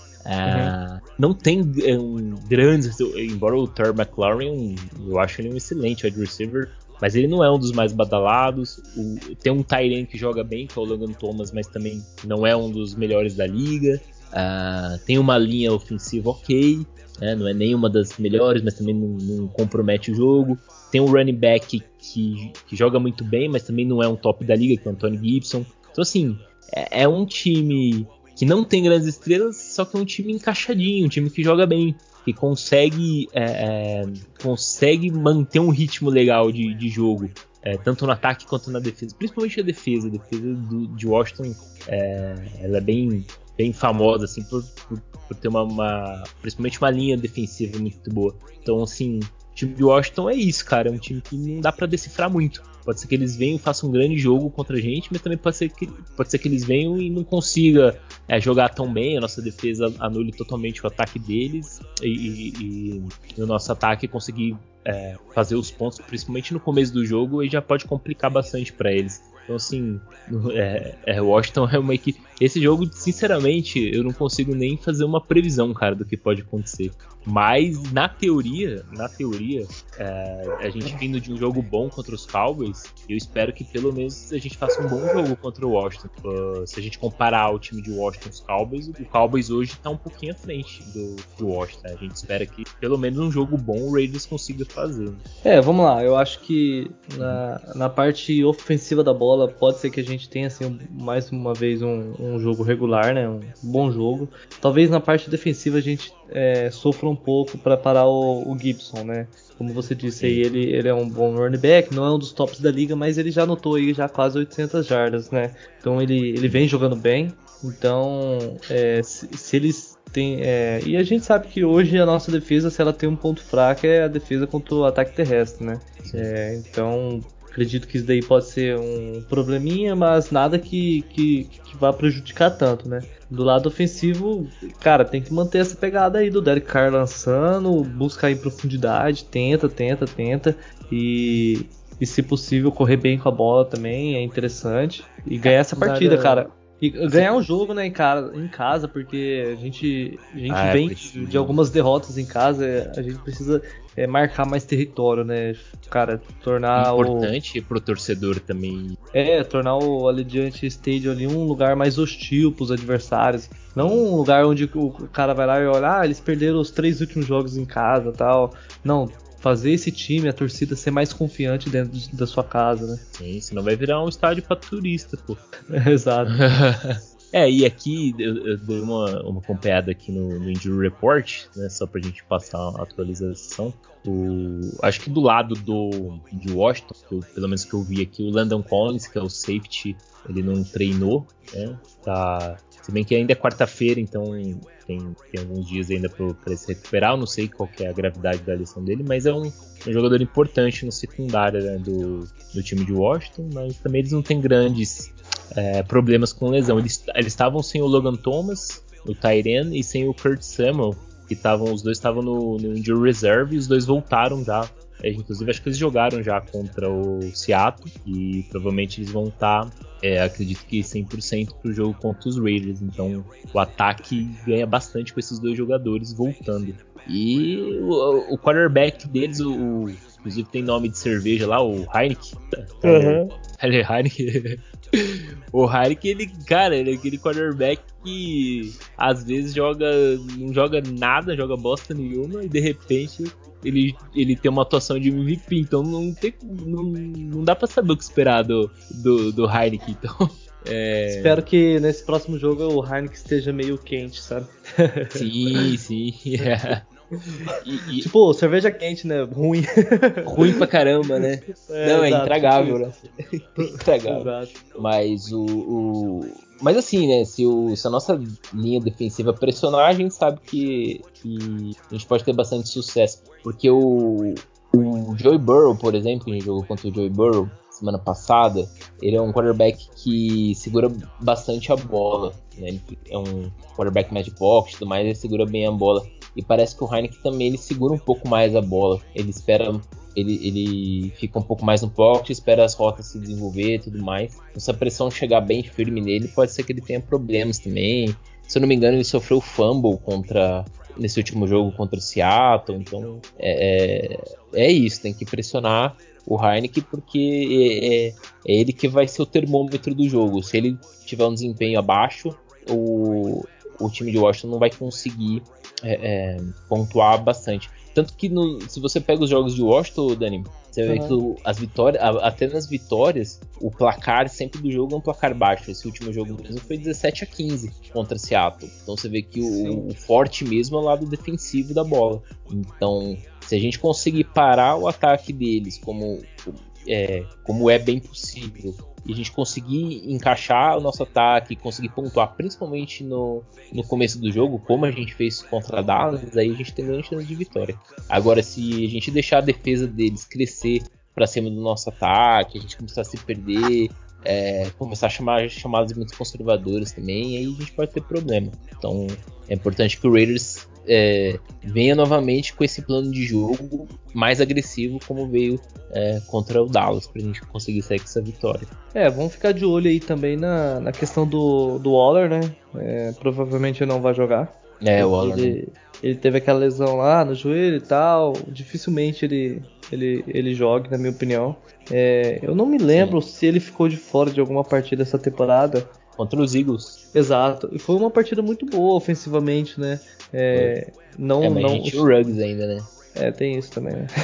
Não tem grandes, embora o Terry McLaurin, eu acho ele um excelente wide receiver, mas ele não é um dos mais badalados. Tem um tight end que joga bem, que é o Logan Thomas, mas também não é um dos melhores da liga. Tem uma linha ofensiva ok, não é nenhuma das melhores, mas também não compromete o jogo. Tem um running back que joga muito bem, mas também não é um top da liga, que é o Antonio Gibson. Então assim, é um time que não tem grandes estrelas, só que é um time encaixadinho, um time que joga bem, que consegue manter um ritmo legal de jogo, tanto no ataque quanto na defesa, principalmente a defesa. A defesa de Washington, ela é bem famosa assim, por ter principalmente uma linha defensiva muito boa. Então, assim, o time de Washington é isso, cara. É um time que não dá pra decifrar muito. Pode ser que eles venham e façam um grande jogo contra a gente, mas também pode ser que eles venham e não consiga jogar tão bem. A nossa defesa anule totalmente o ataque deles e o nosso ataque conseguir fazer os pontos, principalmente no começo do jogo, e já pode complicar bastante para eles. Então, assim, Washington é uma equipe. Esse jogo, sinceramente, eu não consigo nem fazer uma previsão, cara, do que pode acontecer. Mas, na teoria, a gente vindo de um jogo bom contra os Cowboys, eu espero que pelo menos a gente faça um bom jogo contra o Washington. Se a gente comparar o time de Washington e os Cowboys, o Cowboys hoje tá um pouquinho à frente do Washington. A gente espera que pelo menos um jogo bom o Raiders consiga fazer. Vamos lá. Eu acho que na parte ofensiva da bola pode ser que a gente tenha assim, mais uma vez um jogo regular, né? Um bom jogo. Talvez na parte defensiva a gente sofra um pouco para parar o Gibson, né? Como você disse aí, ele é um bom running back, não é um dos tops da liga, mas ele já anotou aí já quase 800 jardas, né? Então ele vem jogando bem. Então, se eles e a gente sabe que hoje a nossa defesa, se ela tem um ponto fraco, é a defesa contra o ataque terrestre, né? Então, acredito que isso daí pode ser um probleminha, mas nada que vá prejudicar tanto, né? Do lado ofensivo, cara, tem que manter essa pegada aí do Derek Carr lançando, buscar em profundidade, tenta. E se possível, correr bem com a bola também é interessante. E ganhar essa partida, cara. E ganhar um jogo, né, em casa, porque a gente vem de algumas derrotas em casa, a gente precisa marcar mais território, né, cara, tornar importante pro torcedor também. Tornar o Allegiant Stadium ali um lugar mais hostil pros adversários. Não um lugar onde o cara vai lá e olha, eles perderam os 3 últimos jogos em casa e tal. Não, fazer esse time, a torcida, ser mais confiante dentro da sua casa, né? Sim, senão vai virar um estádio pra turista, pô. Exato. E aqui eu dei uma acompanhada aqui no Injury Report, né, só pra gente passar a atualização. Acho que do lado de Washington, pelo menos que eu vi aqui, o Landon Collins, que é o safety, ele não treinou, né? Se bem que ainda é quarta-feira, então tem alguns dias ainda para se recuperar. Eu não sei qual que é a gravidade da lesão dele, mas é um jogador importante no secundário, né, do time de Washington. Mas também eles não têm grandes problemas com lesão. Eles estavam sem o Logan Thomas, o Tyren, e sem o Kurt Samuel, que os dois estavam no injury reserve, e os dois voltaram já. Inclusive, acho que eles jogaram já contra o Seattle e provavelmente eles vão estar, acredito que 100% pro jogo contra os Raiders. Então, o ataque ganha bastante com esses dois jogadores voltando. E o quarterback deles, inclusive tem nome de cerveja lá, o Heineken. Tyler Heineken. O Heineken, ele é aquele quarterback que às vezes não joga nada, joga bosta nenhuma, e de repente ele tem uma atuação de MVP, então não dá pra saber o que esperar do Heineken. Então, espero que nesse próximo jogo o Heineken esteja meio quente, sabe? Sim. Tipo, cerveja quente, né? Ruim. Ruim pra caramba, né? Não, é exato, intragável, tipo né? Intragável. Exato. Mas assim, né? Se a nossa linha defensiva pressionar, a gente sabe que a gente pode ter bastante sucesso. Porque o Joey Burrow, por exemplo, que a gente jogou contra o Joey Burrow semana passada, ele é um quarterback que segura bastante a bola, né? Ele é um quarterback mais de pocket e tudo mais, ele segura bem a bola. E parece que o Heineken também ele segura um pouco mais a bola. Ele fica um pouco mais no pocket, espera as rotas se desenvolver e tudo mais. Então, se a pressão chegar bem firme nele, pode ser que ele tenha problemas também. Se eu não me engano, ele sofreu fumble nesse último jogo contra o Seattle. Então, é isso, tem que pressionar o Heineken, porque é ele que vai ser o termômetro do jogo. Se ele tiver um desempenho abaixo, o time de Washington não vai conseguir pontuar bastante. Tanto que se você pega os jogos de Washington, Dani, você vê que as vitórias, até nas vitórias, o placar sempre do jogo é um placar baixo. Esse último jogo mesmo foi 17-15 contra Seattle. Então você vê que o forte mesmo é o lado defensivo da bola. Então, se a gente conseguir parar o ataque deles, como é bem possível, e a gente conseguir encaixar o nosso ataque, conseguir pontuar, principalmente no começo do jogo, como a gente fez contra a Dallas, aí a gente tem grande chance de vitória. Agora, se a gente deixar a defesa deles crescer para cima do nosso ataque, a gente começar a se perder, começar a chamar chamadas muito conservadoras também, aí a gente pode ter problema. Então, é importante que o Raiders venha novamente com esse plano de jogo mais agressivo, como veio contra o Dallas, pra gente conseguir sair com essa vitória. Vamos ficar de olho aí também na questão do Waller, né? Provavelmente ele não vai jogar. O Waller ele teve aquela lesão lá no joelho e tal. Dificilmente ele jogue, na minha opinião. Eu não me lembro se ele ficou de fora de alguma partida essa temporada. Contra os Eagles. Exato. E foi uma partida muito boa ofensivamente, né? Mas a gente tinha o Ruggs ainda, né? Tem isso também, né?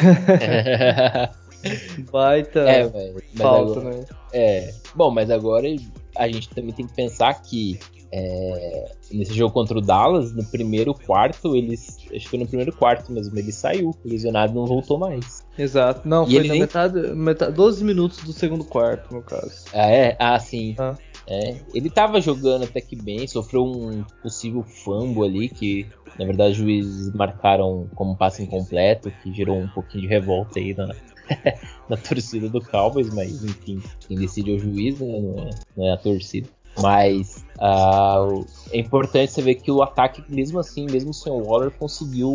Baita mas falta, agora, né? Bom, mas agora a gente também tem que pensar que nesse jogo contra o Dallas, no primeiro quarto, acho que foi no primeiro quarto mesmo, ele saiu lesionado e não voltou mais. Exato. Não, e foi na metade, 12 minutos do segundo quarto, no caso. Sim. Ele tava jogando até que bem, sofreu um possível fumble ali, que na verdade os juízes marcaram como passe incompleto, que gerou um pouquinho de revolta aí na torcida do Cowboys, mas enfim, quem decide é o juiz, né? Não é a torcida. Mas é importante você ver que o ataque, mesmo assim, mesmo sem o Waller, conseguiu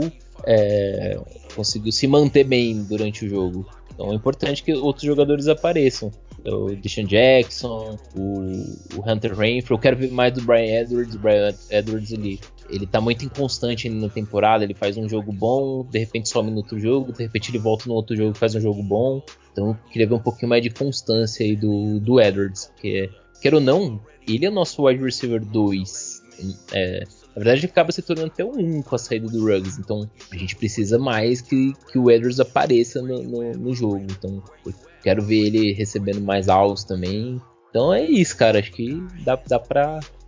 se manter bem durante o jogo. Então é importante que outros jogadores apareçam. O Deshaun Jackson, o Hunter Renfrow. Eu quero ver mais do Bryan Edwards. O Bryan Edwards ele tá muito inconstante na temporada. Ele faz um jogo bom, de repente some no outro jogo, de repente ele volta no outro jogo e faz um jogo bom. Então eu queria ver um pouquinho mais de constância aí do Edwards, porque, quer ou não, ele é o nosso wide receiver 2. Na verdade, ele acaba se tornando até um com a saída do Ruggs. Então, a gente precisa mais que o Edwards apareça no jogo. Então, eu quero ver ele recebendo mais alvos também. Então, é isso, cara. Acho que dá pra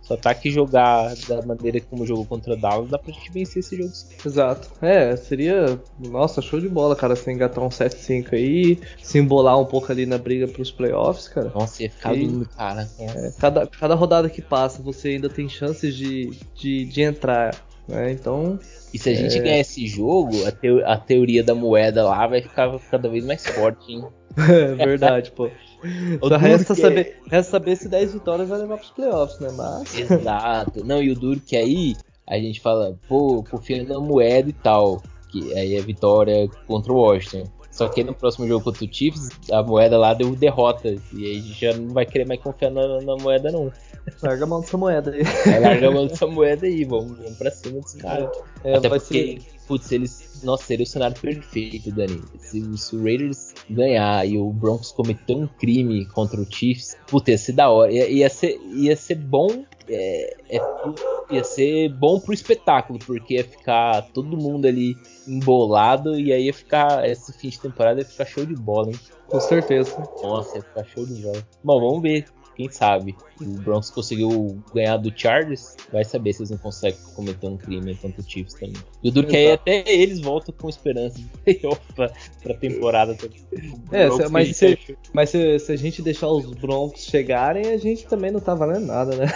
nosso ataque jogar da maneira como jogou contra o Dallas, dá pra gente vencer esse jogo. Exato. Seria, nossa, show de bola, cara, se engatar um 7-5 aí, se embolar um pouco ali na briga pros playoffs, cara. Nossa, ia ficar lindo, cara. Cada rodada que passa, você ainda tem chances de entrar, né? Então... E se a gente ganhar esse jogo, a teoria da moeda lá vai ficar cada vez mais forte, hein? É verdade, pô. Só resta saber se 10 vitórias vai levar pros playoffs, né? Mas... Exato. Não, e o duro que aí a gente fala, pô, confiando na moeda e tal. Que aí é vitória contra o Washington. Só que aí no próximo jogo contra o Chiefs, a moeda lá deu derrota. E aí a gente já não vai querer mais confiar na moeda, não. Larga a mão dessa moeda aí. Larga a mão dessa moeda aí, vamos pra cima dos caras. Até porque, putz, eles. Nossa, seria o cenário perfeito, Dani. Se o Raiders ganhar e o Broncos cometer um crime contra o Chiefs, putz, ia ser da hora. Ia ser bom. Ia ser bom pro espetáculo, porque ia ficar todo mundo ali embolado e aí ia ficar. Esse fim de temporada ia ficar show de bola, hein? Com certeza. Nossa, ia ficar show de bola. Bom, vamos ver. Quem sabe? O Broncos conseguiu ganhar do Chargers, vai saber se eles não conseguem cometer um crime contra o Chiefs também. E o duro que aí até eles voltam com esperança de playoff pra temporada. Mas se a gente deixar os Broncos chegarem, a gente também não tá valendo nada, né?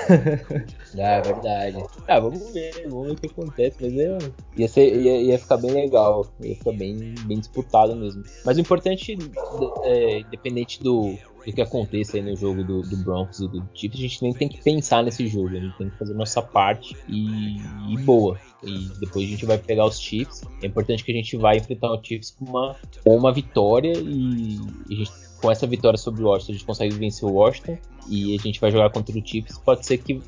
É verdade. Vamos ver o que acontece, mas ia ficar bem legal, ia ficar bem disputado mesmo. Mas o importante, independente do que aconteça aí no jogo do Broncos e do Chiefs, a gente nem tem que pensar nesse jogo, a gente tem que fazer nossa parte e boa. E depois a gente vai pegar os Chiefs. É importante que a gente vai enfrentar o Chiefs com uma vitória e a gente, com essa vitória sobre o Washington, a gente consegue vencer o Washington e a gente vai jogar contra o Chiefs. Pode ser que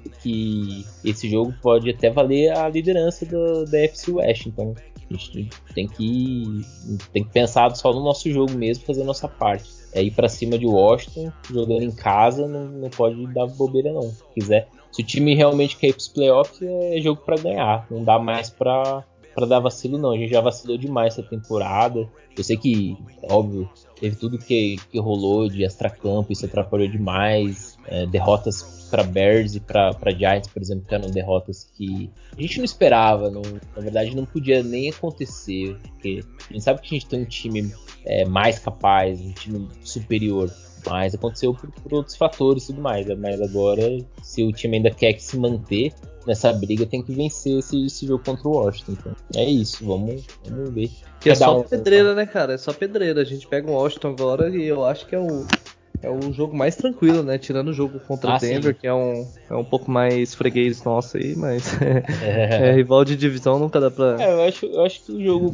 esse jogo pode até valer a liderança da AFC West. Então a gente tem que pensar só no nosso jogo mesmo, fazer a nossa parte. É ir pra cima de Washington, jogando em casa, não pode dar bobeira não. Se o time realmente quer ir pros playoffs, é jogo pra ganhar. Não dá mais pra dar vacilo não. A gente já vacilou demais essa temporada. Eu sei que, óbvio, teve tudo que rolou de extracampo, isso atrapalhou demais. Derrotas para Bears e para Giants, por exemplo, que eram derrotas que a gente não esperava. Na verdade, não podia nem acontecer. Porque a gente sabe que a gente tem um time mais capaz, um time superior. Mas aconteceu por outros fatores e tudo mais. Mas agora, se o time ainda quer que se manter nessa briga, tem que vencer esse jogo contra o Washington. Então, é isso, vamos ver. Que é só pedreira, né, cara? É só pedreira. A gente pega o Washington agora e eu acho que é o jogo mais tranquilo, né? Tirando o jogo contra o Denver, sim, que é um pouco mais freguês nosso aí, mas rival de divisão nunca dá pra... Eu acho que o jogo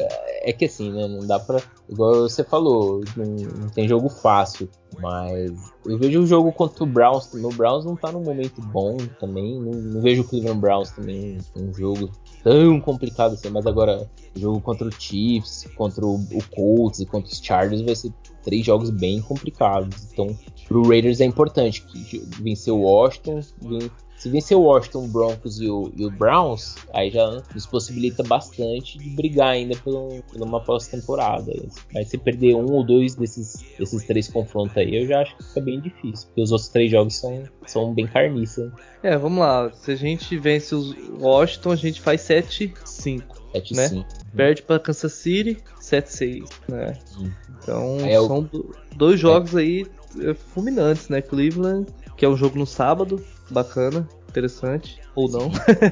é que assim, né? Não dá pra... Igual você falou, não tem jogo fácil, mas eu vejo o jogo contra o Browns. O Browns não tá num momento bom também. Não vejo o Cleveland Browns também um jogo tão complicado assim, mas agora o jogo contra o Chiefs, contra o Colts e contra os Chargers vai ser 3 jogos bem complicados. Então, pro Raiders é importante que vencer o Washington. Se vencer o Washington, o Broncos e o Browns, aí já nos possibilita bastante de brigar ainda por uma pós-temporada. Mas se perder um ou dois desses 3 confrontos aí, eu já acho que fica bem difícil, porque os outros 3 jogos são bem carniças. Vamos lá. Se a gente vence os Washington, a gente faz 7-5. 7-5. Né? Perde para Kansas City, 7-6. Né? Então são 2 jogos aí fulminantes, né? Cleveland, que é um jogo no sábado, bacana, interessante, ou não.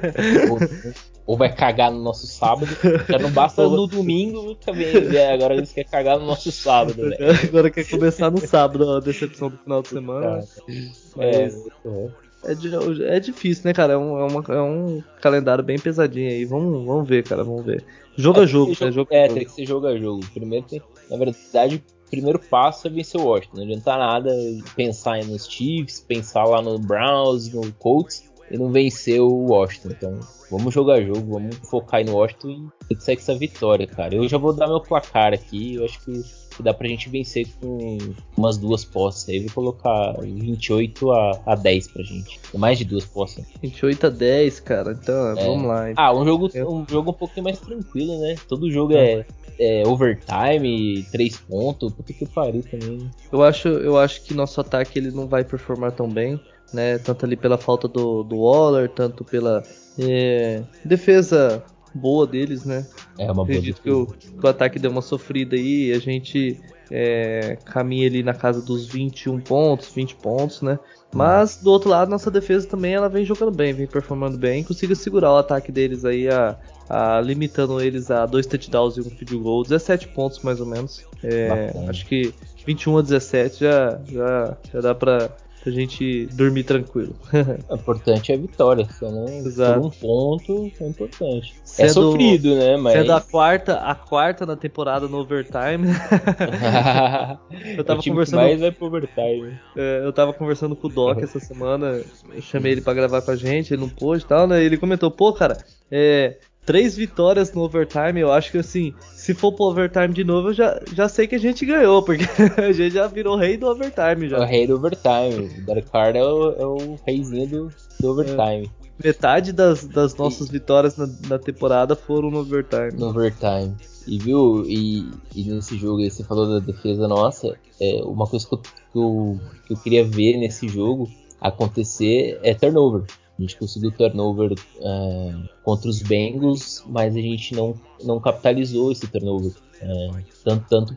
Ou vai cagar no nosso sábado. Já não basta no domingo também. Agora eles querem cagar no nosso sábado, velho. Agora quer começar no sábado, a decepção do final de semana. Mas é difícil, né, cara? É um calendário bem pesadinho aí. Vamos ver, cara. Vamos ver. Jogo a jogo, né? Tem que ser jogo a jogo. Na verdade, o primeiro passo é vencer o Washington. Não adianta nada pensar nos Chiefs, pensar lá no Browns, no Colts e não vencer o Washington. Então, vamos jogar jogo, vamos focar aí no Washington e tem que sair com essa vitória, cara. Eu já vou dar meu placar aqui. Eu acho que dá pra gente vencer com umas 2 posses aí. Vou colocar 28-10 pra gente. Mais de 2 posses. 28-10, cara. Então, vamos lá. Um jogo um pouquinho mais tranquilo, né? Todo jogo é overtime, 3 pontos. Puta que pariu também. Eu acho que nosso ataque ele não vai performar tão bem. né? Tanto ali pela falta do Waller, tanto pela defesa boa deles, né? É uma boa Acredito que o ataque deu uma sofrida aí, a gente caminha ali na casa dos 21 pontos, 20 pontos, né? Mas do outro lado, nossa defesa também ela vem jogando bem, vem performando bem, consiga segurar o ataque deles aí, limitando eles a 2 touchdowns e um field goal, 17 pontos mais ou menos. Acho que 21-17 já dá pra gente dormir tranquilo. O importante é a vitória, só não por um ponto é importante. É sofrido, né? Mas... Sendo a quarta na temporada no overtime. Eu tava conversando... que mais vai pro overtime. Eu tava conversando com o Doc essa semana, eu chamei ele pra gravar com a gente, ele não pôde e tal, né? Ele comentou, pô, cara, 3 vitórias no overtime, eu acho que assim, se for pro overtime de novo, eu já sei que a gente ganhou, porque a gente já virou rei do overtime já. O rei do overtime. O Derek Carr é o reizinho do overtime. Metade das nossas vitórias na temporada foram no overtime. No overtime. E viu, e nesse jogo aí, você falou da defesa nossa, uma coisa que eu queria ver nesse jogo acontecer é turnover. A gente conseguiu turnover contra os Bengals, mas a gente não capitalizou esse turnover. Tanto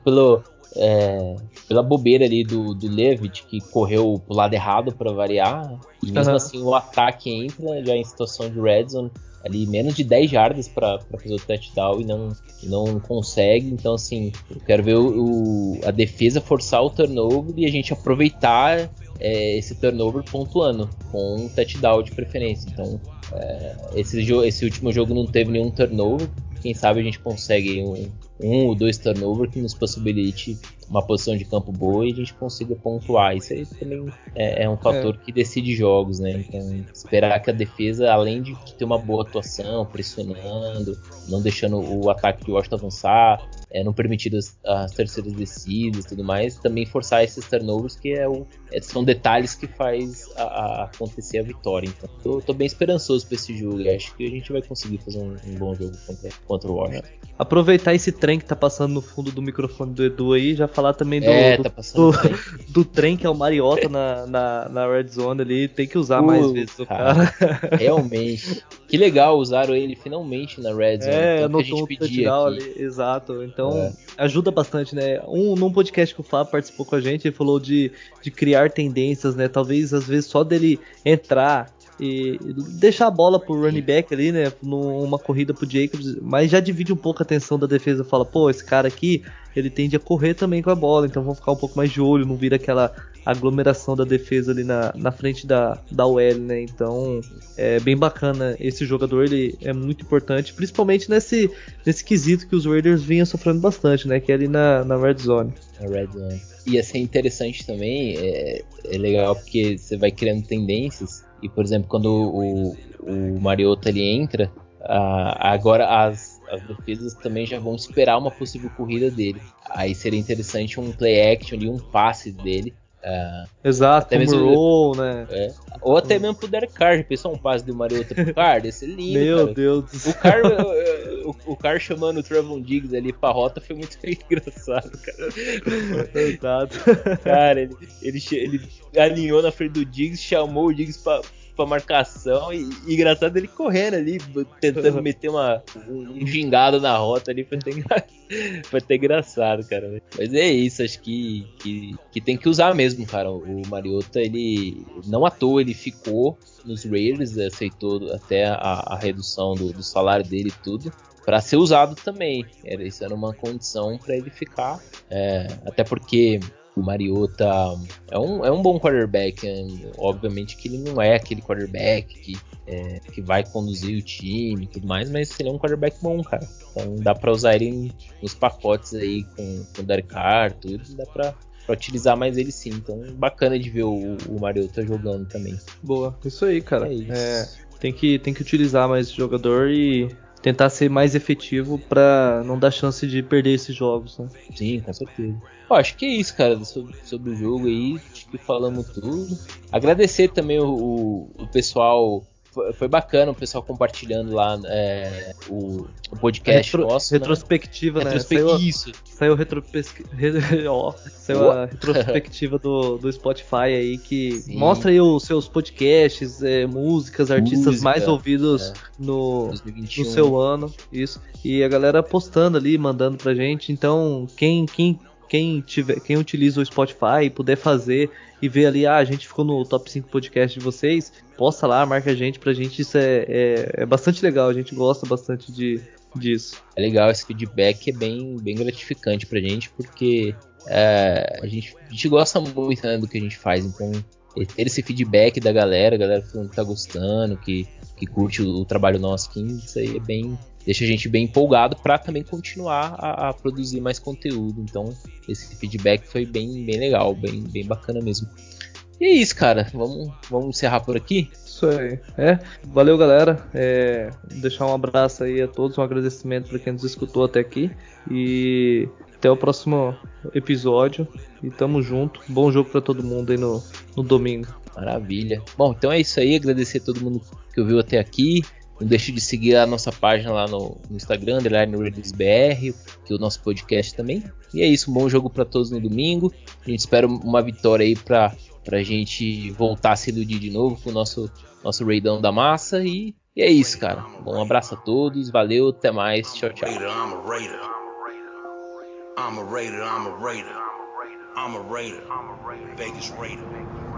pela bobeira ali do Levitt, que correu pro lado errado para variar, e mesmo assim o ataque entra já em situação de red zone, ali menos de 10 jardas para fazer o touchdown e não consegue. Então assim, eu quero ver a defesa forçar o turnover e a gente aproveitar esse turnover pontuando com um touchdown de preferência. Então esse último jogo não teve nenhum turnover. Quem sabe a gente consegue um ou 2 turnover que nos possibilite uma posição de campo boa e a gente consiga pontuar. Isso aí também é um fator que decide jogos, né? Então, esperar que a defesa, além de ter uma boa atuação, pressionando, não deixando o ataque de Washington avançar, não permitindo as terceiras descidas e tudo mais, também forçar esses turnovers, que são detalhes que faz acontecer a vitória. Então, tô bem esperançoso para esse jogo e acho que a gente vai conseguir fazer um bom jogo contra o Washington. Aproveitar esse trem que tá passando no fundo do microfone do Edu aí, já falar também do trem que é o Mariota na Red Zone ali, tem que usar mais vezes o cara. Realmente. Que legal, usaram ele finalmente na Red Zone. Anotou que a gente pedia aqui. Ali, exato. Então, ajuda bastante, né? Num podcast que o Fábio participou com a gente, ele falou de criar tendências, né? Talvez, às vezes, só dele entrar e deixar a bola pro running back ali, né? Numa corrida pro Jacobs, mas já divide um pouco a atenção da defesa. Fala, pô, esse cara aqui, ele tende a correr também com a bola, então vamos ficar um pouco mais de olho, não vira aquela aglomeração da defesa ali na frente da OL, né? Então é bem bacana. Esse jogador, ele é muito importante, principalmente nesse quesito que os Raiders vinham sofrendo bastante, né? Que é ali na Red Zone. Na Red Zone. Ia ser interessante também, é legal porque você vai criando tendências. E, por exemplo, quando o Mariota ele entra, agora as defesas também já vão esperar uma possível corrida dele. Aí seria interessante um play action e um passe dele. Exato, até mesmo roll, né? Ou até mesmo pro Derek Carr. Já pensou um passe do Mariota pro Carr? Esse é lindo, Meu cara. Deus do céu. O Carr chamando o Trevon Diggs ali pra rota foi muito engraçado, cara. Exato. Cara, ele alinhou na frente do Diggs, chamou o Diggs pra marcação e engraçado ele correndo ali, tentando meter um gingado na rota ali, foi até engraçado, cara. Mas é isso, acho que tem que usar mesmo, cara. O Mariota, ele não à toa, ele ficou nos Raiders, aceitou até a redução do salário dele e tudo, para ser usado também. Isso era uma condição para ele ficar, até porque o Mariota é um bom quarterback, obviamente que ele não é aquele quarterback que vai conduzir o time e tudo mais, mas ele é um quarterback bom, cara. Então dá pra usar ele nos pacotes aí com o Derek Carr, tudo, dá pra utilizar mais ele sim. Então bacana de ver o Mariota jogando também. Boa, isso aí, cara. É isso. Tem que utilizar mais esse jogador e tentar ser mais efetivo pra não dar chance de perder esses jogos, né? Sim, com certeza. Acho que é isso, cara, sobre o jogo aí, acho que falamos tudo. Agradecer também o pessoal foi bacana o pessoal compartilhando lá o podcast nosso, retrospectiva, né? Isso. Saiu saiu a retrospectiva do Spotify aí, que Sim. Mostra aí os seus podcasts, músicas, artistas mais ouvidos no seu ano. Isso. E a galera postando ali, mandando pra gente. Então, quem utiliza o Spotify e puder fazer e ver ali, a gente ficou no top 5 podcast de vocês, posta lá, marca a gente, pra gente isso é bastante legal, a gente gosta bastante disso. É legal, esse feedback é bem gratificante pra gente, porque a gente gosta muito, né, do que a gente faz, então ter esse feedback da galera falando que tá gostando, que curte o trabalho nosso aqui, isso aí deixa a gente bem empolgado para também continuar a produzir mais conteúdo. Então esse feedback foi bem legal, bem bacana mesmo. E é isso, cara. Vamos encerrar por aqui? Isso aí. Valeu, galera. Deixar um abraço aí a todos, um agradecimento para quem nos escutou até aqui. E até o próximo episódio. E tamo junto. Bom jogo para todo mundo aí no domingo. Maravilha. Bom, então é isso aí. Agradecer a todo mundo que ouviu até aqui. Não deixe de seguir a nossa página lá no Instagram, _RadersBR, que é o nosso podcast também. E é isso, um bom jogo para todos no domingo. A gente espera uma vitória aí pra gente voltar a se iludir de novo com o nosso raidão da massa. E é isso, cara. Um abraço a todos, valeu, até mais, tchau, tchau. I'm a Raider. Vegas Raider.